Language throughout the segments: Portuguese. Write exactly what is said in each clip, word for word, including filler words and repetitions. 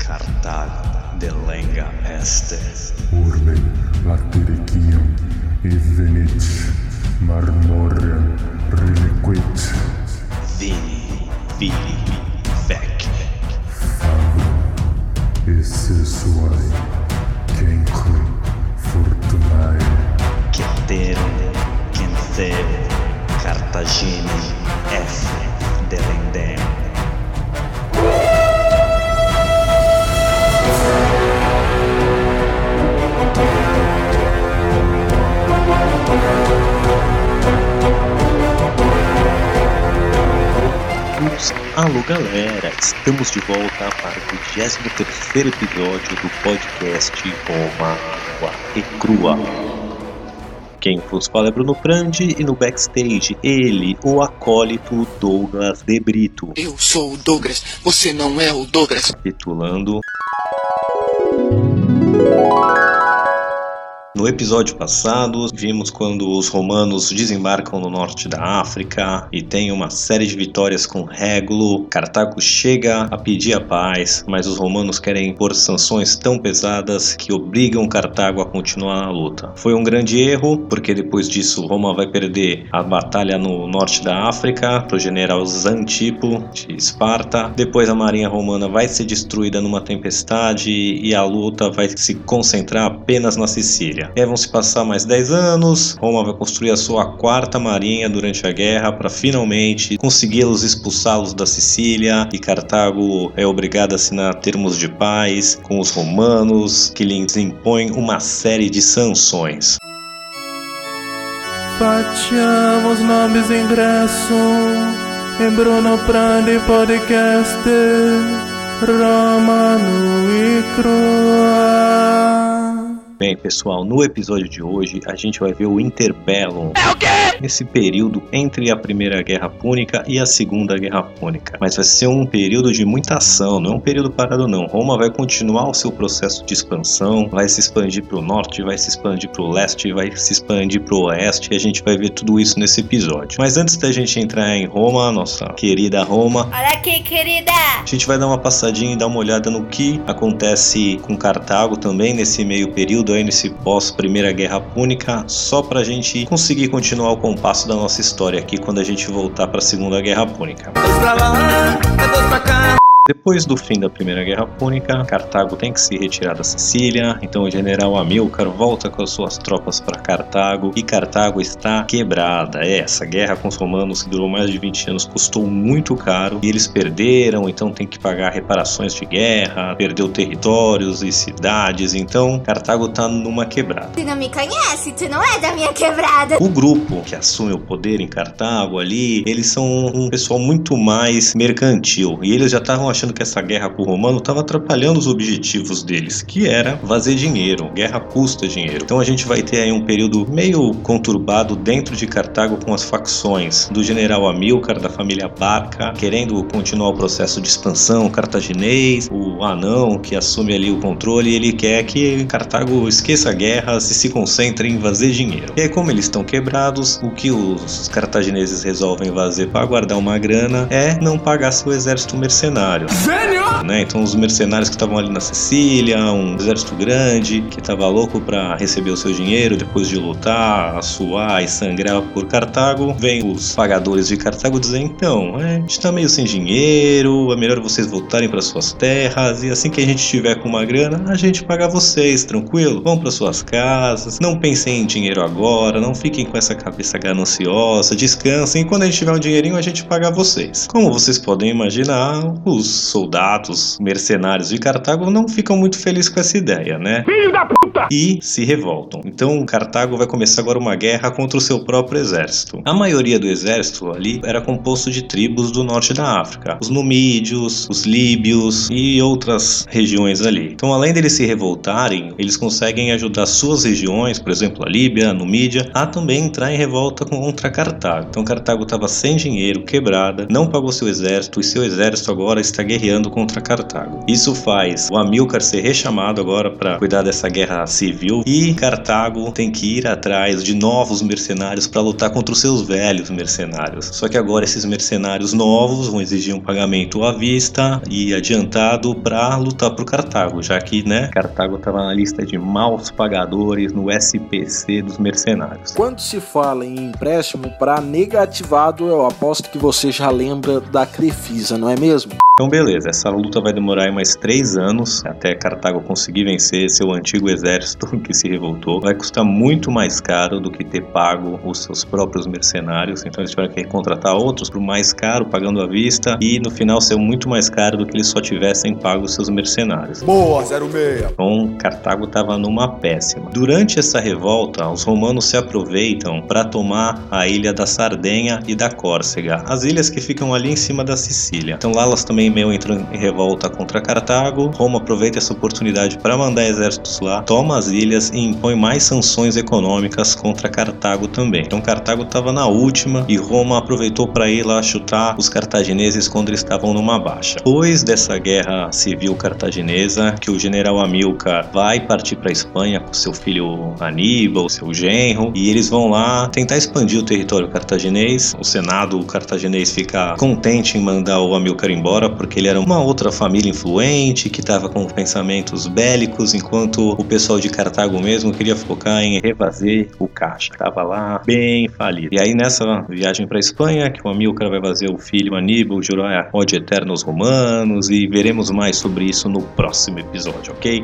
Cartago delenga este. Urbe latericium evenit marmorem reliquit. Vini, vini, vec. Fabrum essesuae cenque fortunae. Ceterum, cenceu, Cartaginem, F. delendem. Alô galera, estamos de volta para o vigésimo terceiro episódio do podcast Roma Água e Crua. Quem vos fala é Bruno Prandi e no backstage ele, o acólito Douglas de Brito. Eu sou o Douglas, você não é o Douglas. Titulando... No episódio passado, vimos quando os romanos desembarcam no norte da África e tem uma série de vitórias com Régulo. Cartago chega a pedir a paz, mas os romanos querem impor sanções tão pesadas que obrigam Cartago a continuar na luta. Foi um grande erro, porque depois disso Roma vai perder a batalha no norte da África para o general Zantipo de Esparta. Depois a marinha romana vai ser destruída numa tempestade e a luta vai se concentrar apenas na Sicília. E aí vão se passar mais dez anos, Roma vai construir a sua quarta marinha durante a guerra para finalmente consegui-los expulsá-los da Sicília, e Cartago é obrigada a assinar termos de paz com os romanos, que lhes impõem uma série de sanções. Facciamo os nobres ingresso em Bruno Prandi Podcast Roma nua e crua. Bem, pessoal, no episódio de hoje a gente vai ver o Interbellum. É o quê? Esse período entre a Primeira Guerra Púnica e a Segunda Guerra Púnica. Mas vai ser um período de muita ação, não é um período parado não. Roma vai continuar o seu processo de expansão, vai se expandir para o norte, vai se expandir para o leste, vai se expandir para o oeste, e a gente vai ver tudo isso nesse episódio. Mas antes da gente entrar em Roma, nossa querida Roma... Olha aqui, querida! A gente vai dar uma passadinha e dar uma olhada no que acontece com Cartago também nesse meio período, aí nesse pós Primeira Guerra Púnica, só pra gente conseguir continuar o compasso da nossa história aqui quando a gente voltar pra Segunda Guerra Púnica. Depois do fim da Primeira Guerra Púnica, Cartago tem que se retirar da Sicília, então o general Hamilcar volta com as suas tropas para Cartago e Cartago está quebrada. É, essa guerra com os romanos, que durou mais de vinte anos, custou muito caro e eles perderam, então tem que pagar reparações de guerra, perdeu territórios e cidades, então Cartago está numa quebrada. Tu não me conhece, tu não é da minha quebrada. O grupo que assume o poder em Cartago ali, eles são um pessoal muito mais mercantil e eles já estavam achando que essa guerra com o romano estava atrapalhando os objetivos deles, que era fazer dinheiro. Guerra custa dinheiro. Então a gente vai ter aí um período meio conturbado dentro de Cartago com as facções do general Hamilcar, da família Barca, querendo continuar o processo de expansão cartaginês, o anão que assume ali o controle, ele quer que Cartago esqueça a guerra e se concentre em fazer dinheiro. E aí, como eles estão quebrados, o que os cartagineses resolvem fazer para guardar uma grana é não pagar seu exército mercenário. Né? Então os mercenários que estavam ali na Sicília, um exército grande que estava louco para receber o seu dinheiro depois de lutar, suar e sangrar por Cartago, vem os pagadores de Cartago dizer: então, é, a gente está meio sem dinheiro, é melhor vocês voltarem para suas terras e assim que a gente tiver com uma grana, a gente paga vocês, tranquilo? Vão para suas casas, não pensem em dinheiro agora, não fiquem com essa cabeça gananciosa, descansem e quando a gente tiver um dinheirinho a gente paga vocês. Como vocês podem imaginar, os soldados mercenários de Cartago não ficam muito felizes com essa ideia, né? Filho da puta! E se revoltam. Então Cartago vai começar agora uma guerra contra o seu próprio exército. A maioria do exército ali era composto de tribos do norte da África. Os numídeos, os líbios e outras regiões ali. Então além deles se revoltarem, eles conseguem ajudar suas regiões, por exemplo a Líbia, a Numídia, a também entrar em revolta contra Cartago. Então Cartago estava sem dinheiro, quebrada, não pagou seu exército e seu exército agora está guerreando contra Cartago. Isso faz o Amílcar ser rechamado agora para cuidar dessa guerra civil e Cartago tem que ir atrás de novos mercenários para lutar contra os seus velhos mercenários. Só que agora esses mercenários novos vão exigir um pagamento à vista e adiantado para lutar por Cartago, já que, né, Cartago estava na lista de maus pagadores no S P C dos mercenários. Quando se fala em empréstimo para negativado, eu aposto que você já lembra da Crefisa, não é mesmo? Então beleza, essa luta vai demorar mais três anos até Cartago conseguir vencer seu antigo exército que se revoltou. Vai custar muito mais caro do que ter pago os seus próprios mercenários, então eles tiveram que contratar outros por mais caro, pagando à vista, e no final ser muito mais caro do que eles só tivessem pago os seus mercenários. Boa, zero seis! Então Cartago estava numa péssima. Durante essa revolta, os romanos se aproveitam para tomar a ilha da Sardenha e da Córcega, as ilhas que ficam ali em cima da Sicília. Então lá elas também meio entram em revolta contra Cartago. Roma aproveita essa oportunidade para mandar exércitos lá, toma as ilhas e impõe mais sanções econômicas contra Cartago também. Então Cartago estava na última e Roma aproveitou para ir lá chutar os cartagineses quando eles estavam numa baixa. Depois dessa guerra civil cartaginesa, que o general Amílcar vai partir para a Espanha com seu filho Aníbal, seu genro, e eles vão lá tentar expandir o território cartaginês. O senado cartaginês fica contente em mandar o Amílcar embora, porque ele era uma outra família influente que estava com pensamentos bélicos, enquanto o pessoal de Cartago mesmo queria focar em refazer o caixa, que estava lá bem falido. E aí nessa viagem para a Espanha, que o Amílcar vai fazer o filho Aníbal jurar ódio eterno aos romanos, e veremos mais sobre isso no próximo episódio, ok?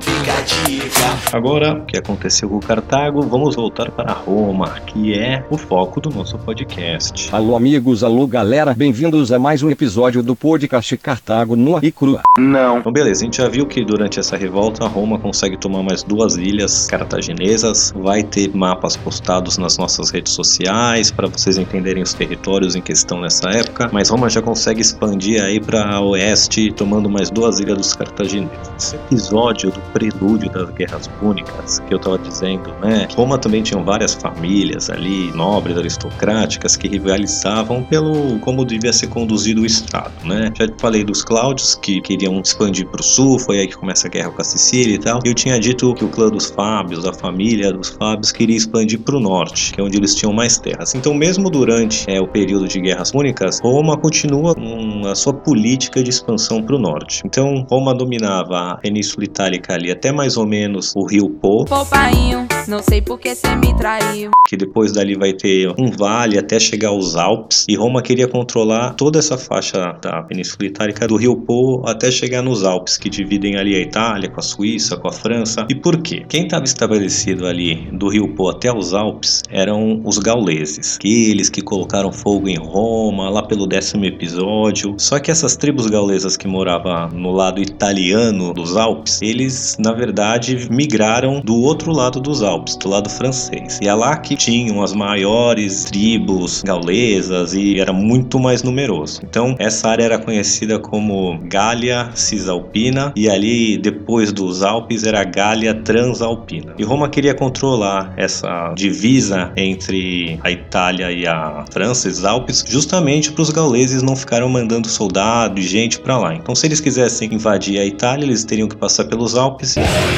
Agora, o que aconteceu com Cartago, vamos voltar para Roma, que é o foco do nosso podcast. Alô amigos, alô galera, bem-vindos a mais um episódio do podcast Cartago nua e crua. Não. Então beleza, a gente já viu que durante essa revolta Roma consegue tomar mais duas ilhas cartaginesas, vai ter mapas postados nas nossas redes sociais para vocês entenderem os territórios em questão nessa época, mas Roma já consegue expandir aí para oeste, tomando mais duas ilhas dos cartagineses. Esse episódio do prelúdio das guerras púnicas que eu tava dizendo, né, Roma também tinha várias famílias ali, nobres, aristocráticas, que rivalizavam pelo como devia ser conduzido o Estado, né? Já falei dos Cláudios, que queriam expandir para o sul, foi aí que começa a guerra com a Sicília e tal. Eu tinha dito que o clã dos Fábios, a família dos Fábios, queria expandir para o norte, que é onde eles tinham mais terras. Então, mesmo durante é, o período de guerras púnicas, Roma continua com a sua política de expansão para o norte. Então, Roma dominava a Península Itálica ali até mais ou menos o rio Po. Pô, painho, não sei por que você me traiu. Que depois dali vai ter um vale até chegar aos Alpes. E Roma queria controlar toda essa faixa da Península Itálica do rio Po até chegar nos Alpes, que dividem ali a Itália com a Suíça, com a França. E por quê? Quem estava estabelecido ali do rio Po até os Alpes eram os gauleses, aqueles que colocaram fogo em Roma lá pelo décimo episódio. Só que essas tribos gaulesas que moravam no lado italiano dos Alpes, eles na verdade migraram do outro lado dos Alpes, do lado francês. E é lá que tinham as maiores tribos gaulesas e era muito mais numeroso. Então essa área era conhecida como Gália Cisalpina e ali depois dos Alpes era Gália Transalpina. E Roma queria controlar essa divisa entre a Itália e a França, os Alpes, justamente para os gauleses não ficaram mandando soldado e gente para lá. Então se eles quisessem invadir a Itália, eles teriam que passar pelos Alpes.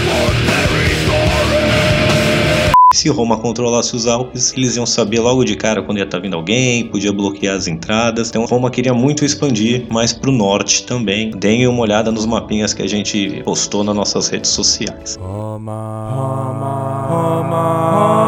Se Roma controlasse os Alpes, eles iam saber logo de cara quando ia estar vindo alguém, podia bloquear as entradas. Então Roma queria muito expandir mais para o norte também. Deem uma olhada nos mapinhas que a gente postou nas nossas redes sociais. Roma, Roma, Roma,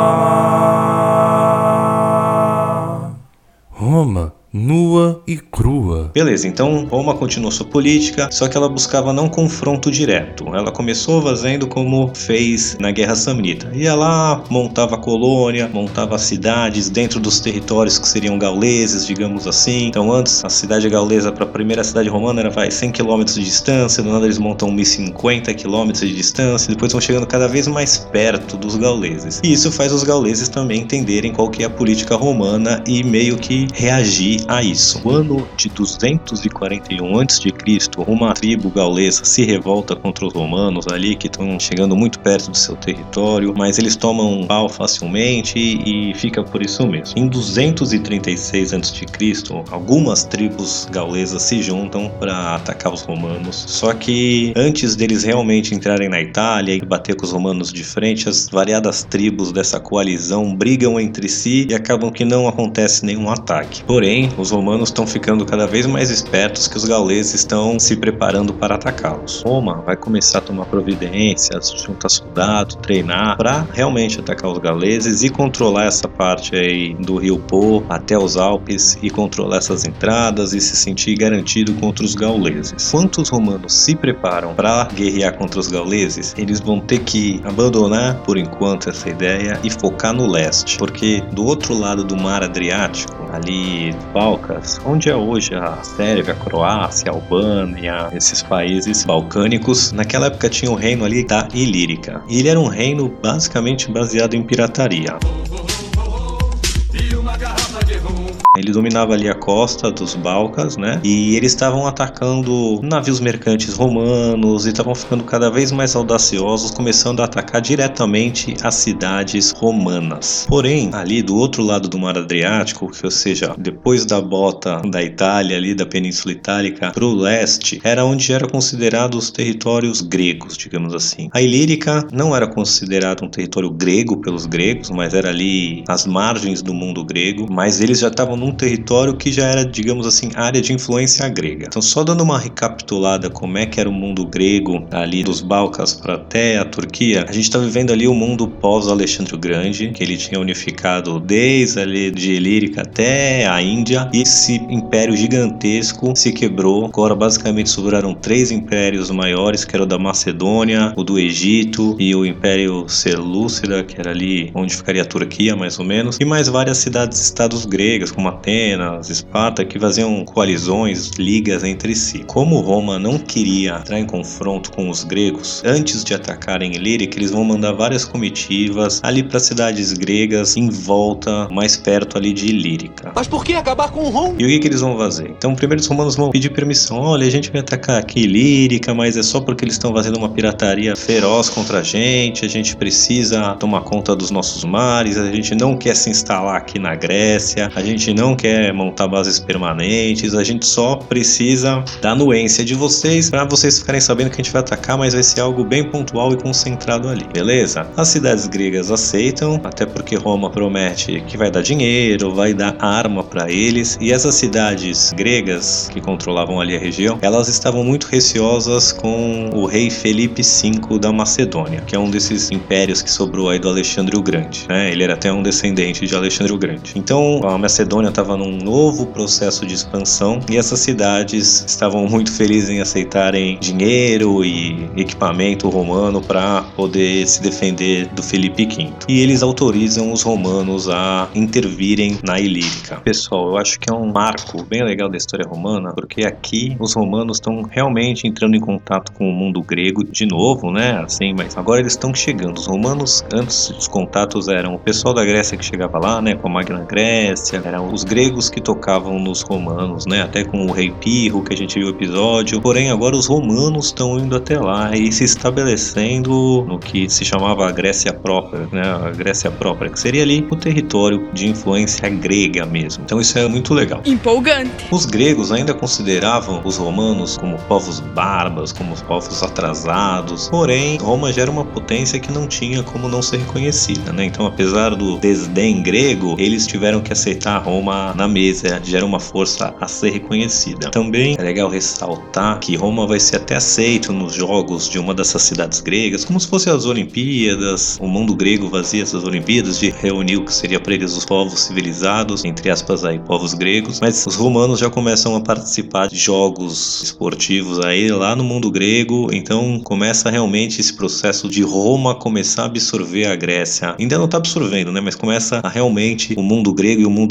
Roma, Roma, nua e crua. Beleza, então Roma continuou sua política, só que ela buscava não confronto direto. Ela começou fazendo como fez na Guerra Samnita. Ia lá, montava colônia, montava cidades dentro dos territórios que seriam gauleses, digamos assim. Então antes, a cidade gaulesa para a primeira cidade romana era vai, cem quilômetros de distância, do nada eles montam mil e cinquenta quilômetros de distância, depois vão chegando cada vez mais perto dos gauleses. E isso faz os gauleses também entenderem qual que é a política romana e meio que reagir a isso. No ano de duzentos e quarenta e um antes de Cristo, uma tribo gaulesa se revolta contra os romanos ali, que estão chegando muito perto do seu território, mas eles tomam pau facilmente e fica por isso mesmo. Em duzentos e trinta e seis antes de Cristo, algumas tribos gaulesas se juntam para atacar os romanos, só que antes deles realmente entrarem na Itália e bater com os romanos de frente, as variadas tribos dessa coalizão brigam entre si e acabam que não acontece nenhum ataque. Porém, os romanos estão ficando cada vez mais espertos que os gauleses estão se preparando para atacá-los. Roma vai começar a tomar providências, juntar soldados, treinar para realmente atacar os gauleses e controlar essa parte aí do rio Po até os Alpes e controlar essas entradas e se sentir garantido contra os gauleses. Enquanto os romanos se preparam para guerrear contra os gauleses, eles vão ter que abandonar por enquanto essa ideia e focar no leste, porque do outro lado do mar Adriático, ali Balcãs, onde é hoje a Sérvia, a Croácia, a Albânia, esses países balcânicos, naquela época tinha o reino ali da Ilírica. E ele era um reino basicamente baseado em pirataria. Ele dominava ali a costa dos Balcãs, né? E eles estavam atacando navios mercantes romanos e estavam ficando cada vez mais audaciosos, começando a atacar diretamente as cidades romanas. Porém, ali do outro lado do mar Adriático, que ou seja, depois da bota da Itália, ali da Península Itálica, para o leste, era onde eram considerados os territórios gregos, digamos assim. A Ilírica não era considerado um território grego pelos gregos, mas era ali às margens do mundo grego, mas eles já estavam num território que já era, digamos assim, área de influência grega. Então, só dando uma recapitulada como é que era o mundo grego ali dos Balcãs para até a Turquia, a gente está vivendo ali o mundo pós-Alexandre o Grande, que ele tinha unificado desde ali de Ilírica até a Índia, e esse império gigantesco se quebrou. Agora, basicamente, sobraram três impérios maiores, que era o da Macedônia, o do Egito e o Império Selúcida, que era ali onde ficaria a Turquia, mais ou menos, e mais várias cidades-estados gregas, como Atenas, Esparta, que faziam coalizões, ligas entre si. Como Roma não queria entrar em confronto com os gregos, antes de atacarem Ilírica, eles vão mandar várias comitivas ali para cidades gregas em volta, mais perto ali de Ilírica. Mas por que acabar com o Roma? E o que, que eles vão fazer? Então, primeiro os romanos vão pedir permissão. Olha, a gente vai atacar aqui Ilírica, mas é só porque eles estão fazendo uma pirataria feroz contra a gente, a gente precisa tomar conta dos nossos mares, a gente não quer se instalar aqui na Grécia, a gente não quer montar bases permanentes, a gente só precisa da anuência de vocês para vocês ficarem sabendo que a gente vai atacar, mas vai ser algo bem pontual e concentrado ali, beleza? As cidades gregas aceitam, até porque Roma promete que vai dar dinheiro, vai dar arma para eles, e essas cidades gregas que controlavam ali a região, elas estavam muito receosas com o rei Felipe cinco da Macedônia, que é um desses impérios que sobrou aí do Alexandre o Grande, né? Ele era até um descendente de Alexandre o Grande. Então, a Macedônia estava num novo processo de expansão e essas cidades estavam muito felizes em aceitarem dinheiro e equipamento romano para poder se defender do Felipe quinto. E eles autorizam os romanos a intervirem na Ilírica. Pessoal, eu acho que é um marco bem legal da história romana, porque aqui os romanos estão realmente entrando em contato com o mundo grego de novo, né? Assim, mas agora eles estão chegando. Os romanos, antes os contatos eram o pessoal da Grécia que chegava lá, né? Com a Magna Grécia, eram os gregos que tocavam nos romanos, né? Até com o rei Pirro, que a gente viu o episódio. Porém, agora os romanos estão indo até lá e se estabelecendo no que se chamava a Grécia própria, né? A Grécia própria, que seria ali o território de influência grega mesmo. Então isso é muito legal. Empolgante. Os gregos ainda consideravam os romanos como povos bárbaros, como povos atrasados. Porém, Roma já era uma potência que não tinha como não ser reconhecida, né? Então, apesar do desdém grego, eles tiveram que aceitar Roma na mesa, já era uma força a ser reconhecida. Também é legal ressaltar que Roma vai ser até aceito nos jogos de uma dessas cidades gregas, como se fossem as Olimpíadas. O mundo grego fazia essas Olimpíadas de reunir o que seria para eles os povos civilizados, entre aspas aí, povos gregos, mas os romanos já começam a participar de jogos esportivos aí lá no mundo grego, então começa realmente esse processo de Roma começar a absorver a Grécia. Ainda não está absorvendo, né, mas começa a realmente o mundo grego e o mundo romano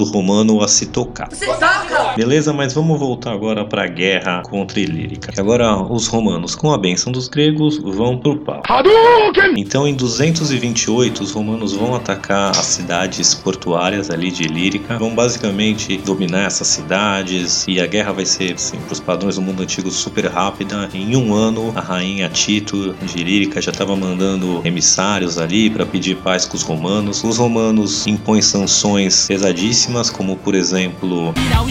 romano a se tocar. Beleza, mas vamos voltar agora para a guerra contra Ilírica. Agora os romanos, com a bênção dos gregos, vão pro pau. Então em duzentos e vinte e oito os romanos vão atacar as cidades portuárias ali de Ilírica, vão basicamente dominar essas cidades e a guerra vai ser, assim, para os padrões do mundo antigo, super rápida. Em um ano a rainha Tito de Ilírica já estava mandando emissários ali para pedir paz com os romanos. Os romanos impõem sanções pesadíssimas, como por exemplo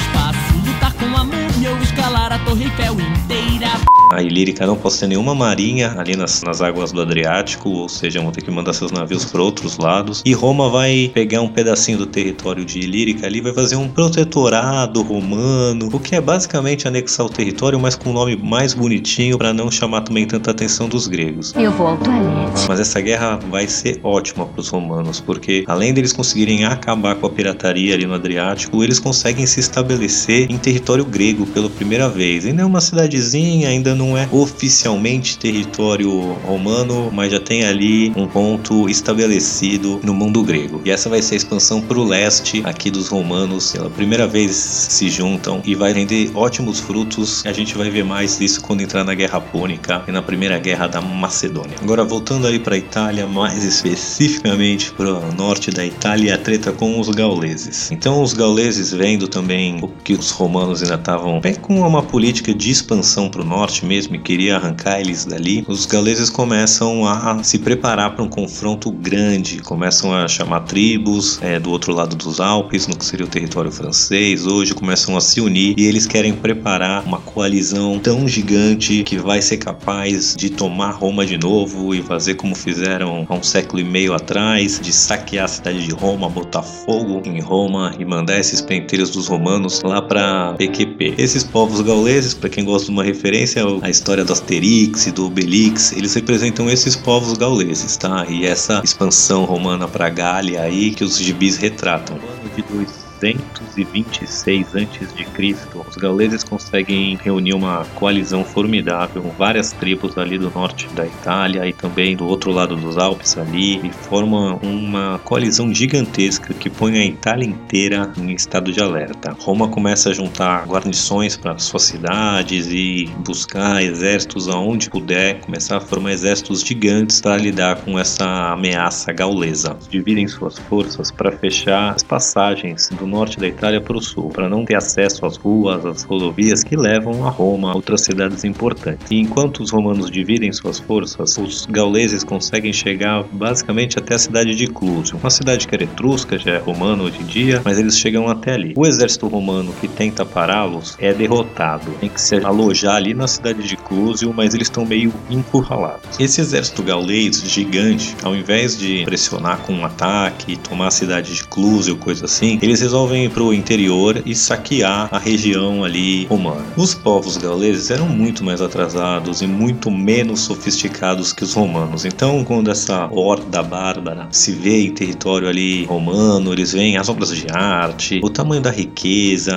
a Ilírica não pode ter nenhuma marinha ali nas, nas águas do Adriático, ou seja, vão ter que mandar seus navios para outros lados. E Roma vai pegar um pedacinho do território de Ilírica ali, vai fazer um protetorado romano, o que é basicamente anexar o território, mas com um nome mais bonitinho para não chamar também tanta atenção dos gregos. Eu vou ao toalete. Mas essa guerra vai ser ótima para os romanos, porque além deles conseguirem acabar com a pirataria ali no Adriático, eles conseguem se estabelecer em território grego pela primeira vez. Ainda é uma cidadezinha, ainda não é oficialmente território romano, mas já tem ali um ponto estabelecido no mundo grego. E essa vai ser a expansão para o leste aqui dos romanos. Pela primeira vez se juntam e vai render ótimos frutos. A gente vai ver mais disso quando entrar na Guerra Púnica e na Primeira Guerra da Macedônia. Agora voltando ali para a Itália, mais especificamente para o norte da Itália, a treta com os gauleses. Então os gauleses, vendo também o que os romanos ainda estavam bem com uma política de expansão para o norte mesmo e queria arrancar eles dali, os gauleses começam a se preparar para um confronto grande, começam a chamar tribos é, do outro lado dos Alpes, no que seria o território francês, hoje começam a se unir e eles querem preparar uma coalizão tão gigante que vai ser capaz de tomar Roma de novo e fazer como fizeram há um século e meio atrás, de saquear a cidade de Roma, botar fogo em Roma e mandar esses penteiros dos romanos lá para P Q P. Esses povos gauleses, para quem gosta de uma referência a história do Asterix e do Obelix, eles representam esses povos gauleses, tá? E essa expansão romana para Gália aí que os gibis retratam. No ano de duzentos e vinte e seis antes de Cristo, os gauleses conseguem reunir uma coalizão formidável com várias tribos ali do norte da Itália e também do outro lado dos Alpes ali, e formam uma coalizão gigantesca que põe a Itália inteira em estado de alerta. Roma começa a juntar guarnições para suas cidades e buscar exércitos aonde puder, começar a formar exércitos gigantes para lidar com essa ameaça gaulesa. Dividem suas forças para fechar as passagens do norte da Itália para o sul, para não ter acesso às ruas, às rodovias que levam a Roma, a outras cidades importantes. E enquanto os romanos dividem suas forças, os gauleses conseguem chegar basicamente até a cidade de Clusio, uma cidade que era etrusca, já é romana hoje em dia, mas eles chegam até ali. O exército romano que tenta pará-los é derrotado, tem que se alojar ali na cidade de Clusio, mas eles estão meio encurralados. Esse exército gaulês gigante, ao invés de pressionar com um ataque e tomar a cidade de Clusio, coisa assim, eles resolvem ir para o interior e saquear a região ali romana. Os povos gauleses eram muito mais atrasados e muito menos sofisticados que os romanos. Então, quando essa horda bárbara se vê em território ali romano, eles veem as obras de arte, o tamanho da riqueza,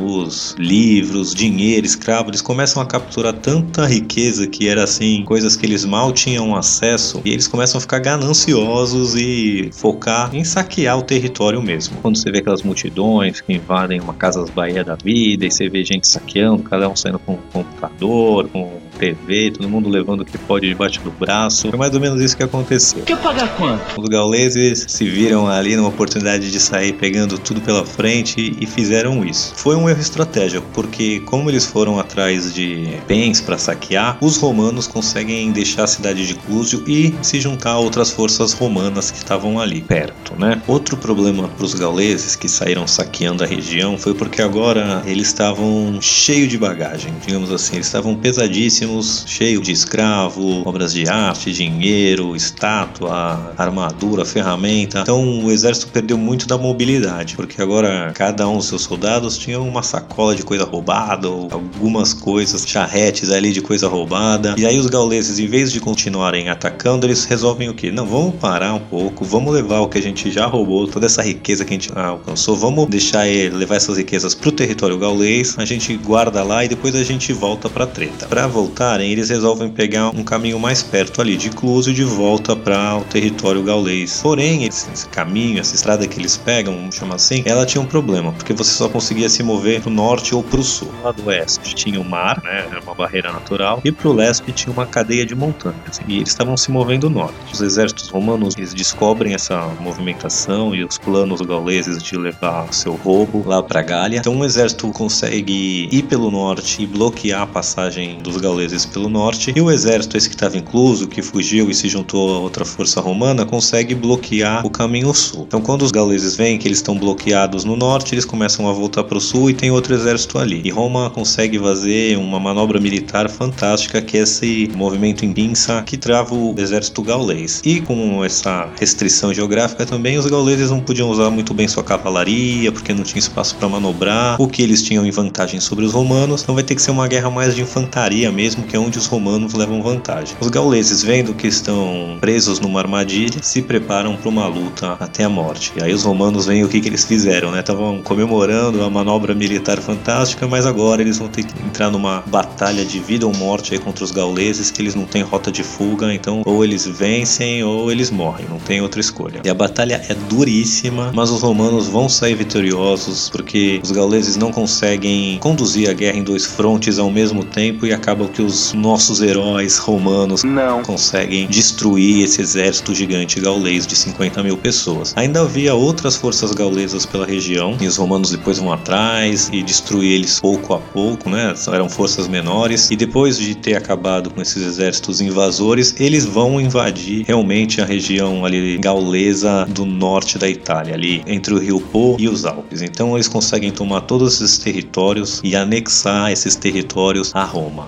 os livros, dinheiro, escravo, eles começam a capturar tanta riqueza que era assim, coisas que eles mal tinham acesso, e eles começam a ficar gananciosos e focar em saquear o território mesmo. Quando você vê aquelas multidões que invadem uma Casas Bahia da vida e você vê gente saqueando, cada um saindo com um computador, com T V, todo mundo levando o que pode debaixo do braço. Foi mais ou menos isso que aconteceu. Quer pagar quanto? Os gauleses se viram ali numa oportunidade de sair pegando tudo pela frente e fizeram isso. Foi um erro estratégico, porque como eles foram atrás de bens para saquear, os romanos conseguem deixar a cidade de Clusio e se juntar a outras forças romanas que estavam ali perto, né? Outro problema para os gauleses que saíram saqueando a região foi porque agora eles estavam cheios de bagagem, digamos assim, eles estavam pesadíssimos, cheios de escravo, obras de arte, dinheiro, estátua, armadura, ferramenta. Então o exército perdeu muito da mobilidade, porque agora cada um dos seus soldados tinha uma sacola de coisa roubada ou algumas coisas, charretes ali de coisa roubada. E aí os gauleses, em vez de continuarem atacando, eles resolvem o quê? Não, vamos parar um pouco, vamos levar o que a gente já roubou, toda essa riqueza que a gente alcançou, vamos deixar ele levar essas riquezas pro território gaulês, a gente guarda lá e depois a gente volta pra treta. Pra voltar voltarem, eles resolvem pegar um caminho mais perto ali de Clusio de volta para o território gaulês. Porém, esse, esse caminho, essa estrada que eles pegam, vamos chamar assim, ela tinha um problema, porque você só conseguia se mover pro norte ou pro sul. Lá do oeste tinha o mar, né, era uma barreira natural, e pro leste tinha uma cadeia de montanhas, e eles estavam se movendo norte. Os exércitos romanos, eles descobrem essa movimentação e os planos gauleses de levar seu roubo lá pra Gália. Então um exército consegue ir pelo norte e bloquear a passagem dos gauleses pelo norte, e o exército esse que estava incluso, que fugiu e se juntou a outra força romana, consegue bloquear o caminho sul. Então quando os gauleses veem que eles estão bloqueados no norte, eles começam a voltar pro sul e tem outro exército ali. E Roma consegue fazer uma manobra militar fantástica, que é esse movimento em pinça que trava o exército gaulês. E com essa restrição geográfica também, os gauleses não podiam usar muito bem sua cavalaria, porque não tinha espaço para manobrar, o que eles tinham em vantagem sobre os romanos. Então vai ter que ser uma guerra mais de infantaria mesmo, que é onde os romanos levam vantagem. Os gauleses, vendo que estão presos numa armadilha, se preparam para uma luta até a morte. E aí os romanos veem o que, que eles fizeram, né? Estavam comemorando a manobra militar fantástica, mas agora eles vão ter que entrar numa batalha de vida ou morte aí contra os gauleses, que eles não têm rota de fuga, então ou eles vencem ou eles morrem, não tem outra escolha. E a batalha é duríssima, mas os romanos vão sair vitoriosos, porque os gauleses não conseguem conduzir a guerra em dois frontes ao mesmo tempo, e acaba que os nossos heróis romanos não conseguem destruir esse exército gigante gaulês de cinquenta mil pessoas. Ainda havia outras forças gaulesas pela região, e os romanos depois vão atrás e destruir eles pouco a pouco, né? Eram forças menores, e depois de ter acabado com esses exércitos invasores, eles vão invadir realmente a região ali gaulesa do norte da Itália, ali entre o rio Po e os Alpes. Então eles conseguem tomar todos esses territórios e anexar esses territórios a Roma.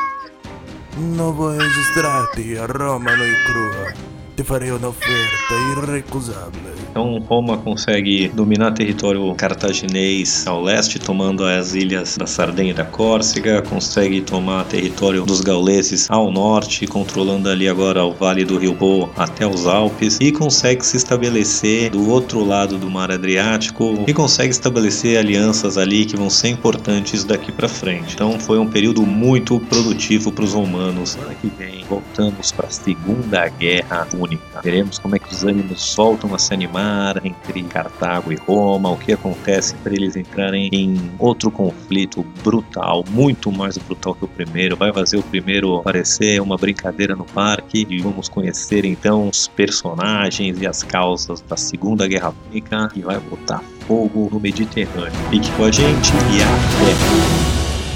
Não vou registrar-te a Roma nua e crua. Te farei uma oferta irrecusável. Então Roma consegue dominar território cartaginês ao leste, tomando as ilhas da Sardenha e da Córcega, consegue tomar território dos gauleses ao norte, controlando ali agora o vale do rio Po até os Alpes, e consegue se estabelecer do outro lado do mar Adriático, e consegue estabelecer alianças ali que vão ser importantes daqui para frente. Então foi um período muito produtivo para os romanos. Ano que vem voltamos para a Segunda Guerra Púnica. Veremos como é que os ânimos voltam a se animar entre Cartago e Roma, o que acontece para eles entrarem em outro conflito brutal, muito mais brutal que o primeiro. Vai fazer o primeiro parecer uma brincadeira no parque, e vamos conhecer então os personagens e as causas da Segunda Guerra Púnica, e vai botar fogo no Mediterrâneo. Fique com a gente e até!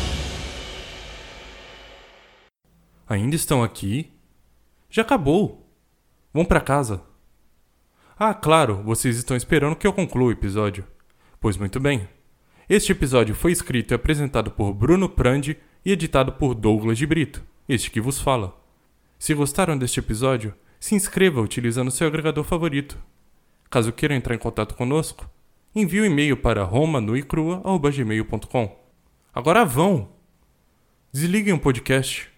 Ainda estão aqui? Já acabou. Vão pra casa. Ah, claro, vocês estão esperando que eu conclua o episódio. Pois muito bem. Este episódio foi escrito e apresentado por Bruno Prandi e editado por Douglas de Brito, este que vos fala. Se gostaram deste episódio, se inscreva utilizando seu agregador favorito. Caso queiram entrar em contato conosco, envie um e-mail para roma nua e crua arroba gmail ponto com. Agora vão! Desliguem o podcast.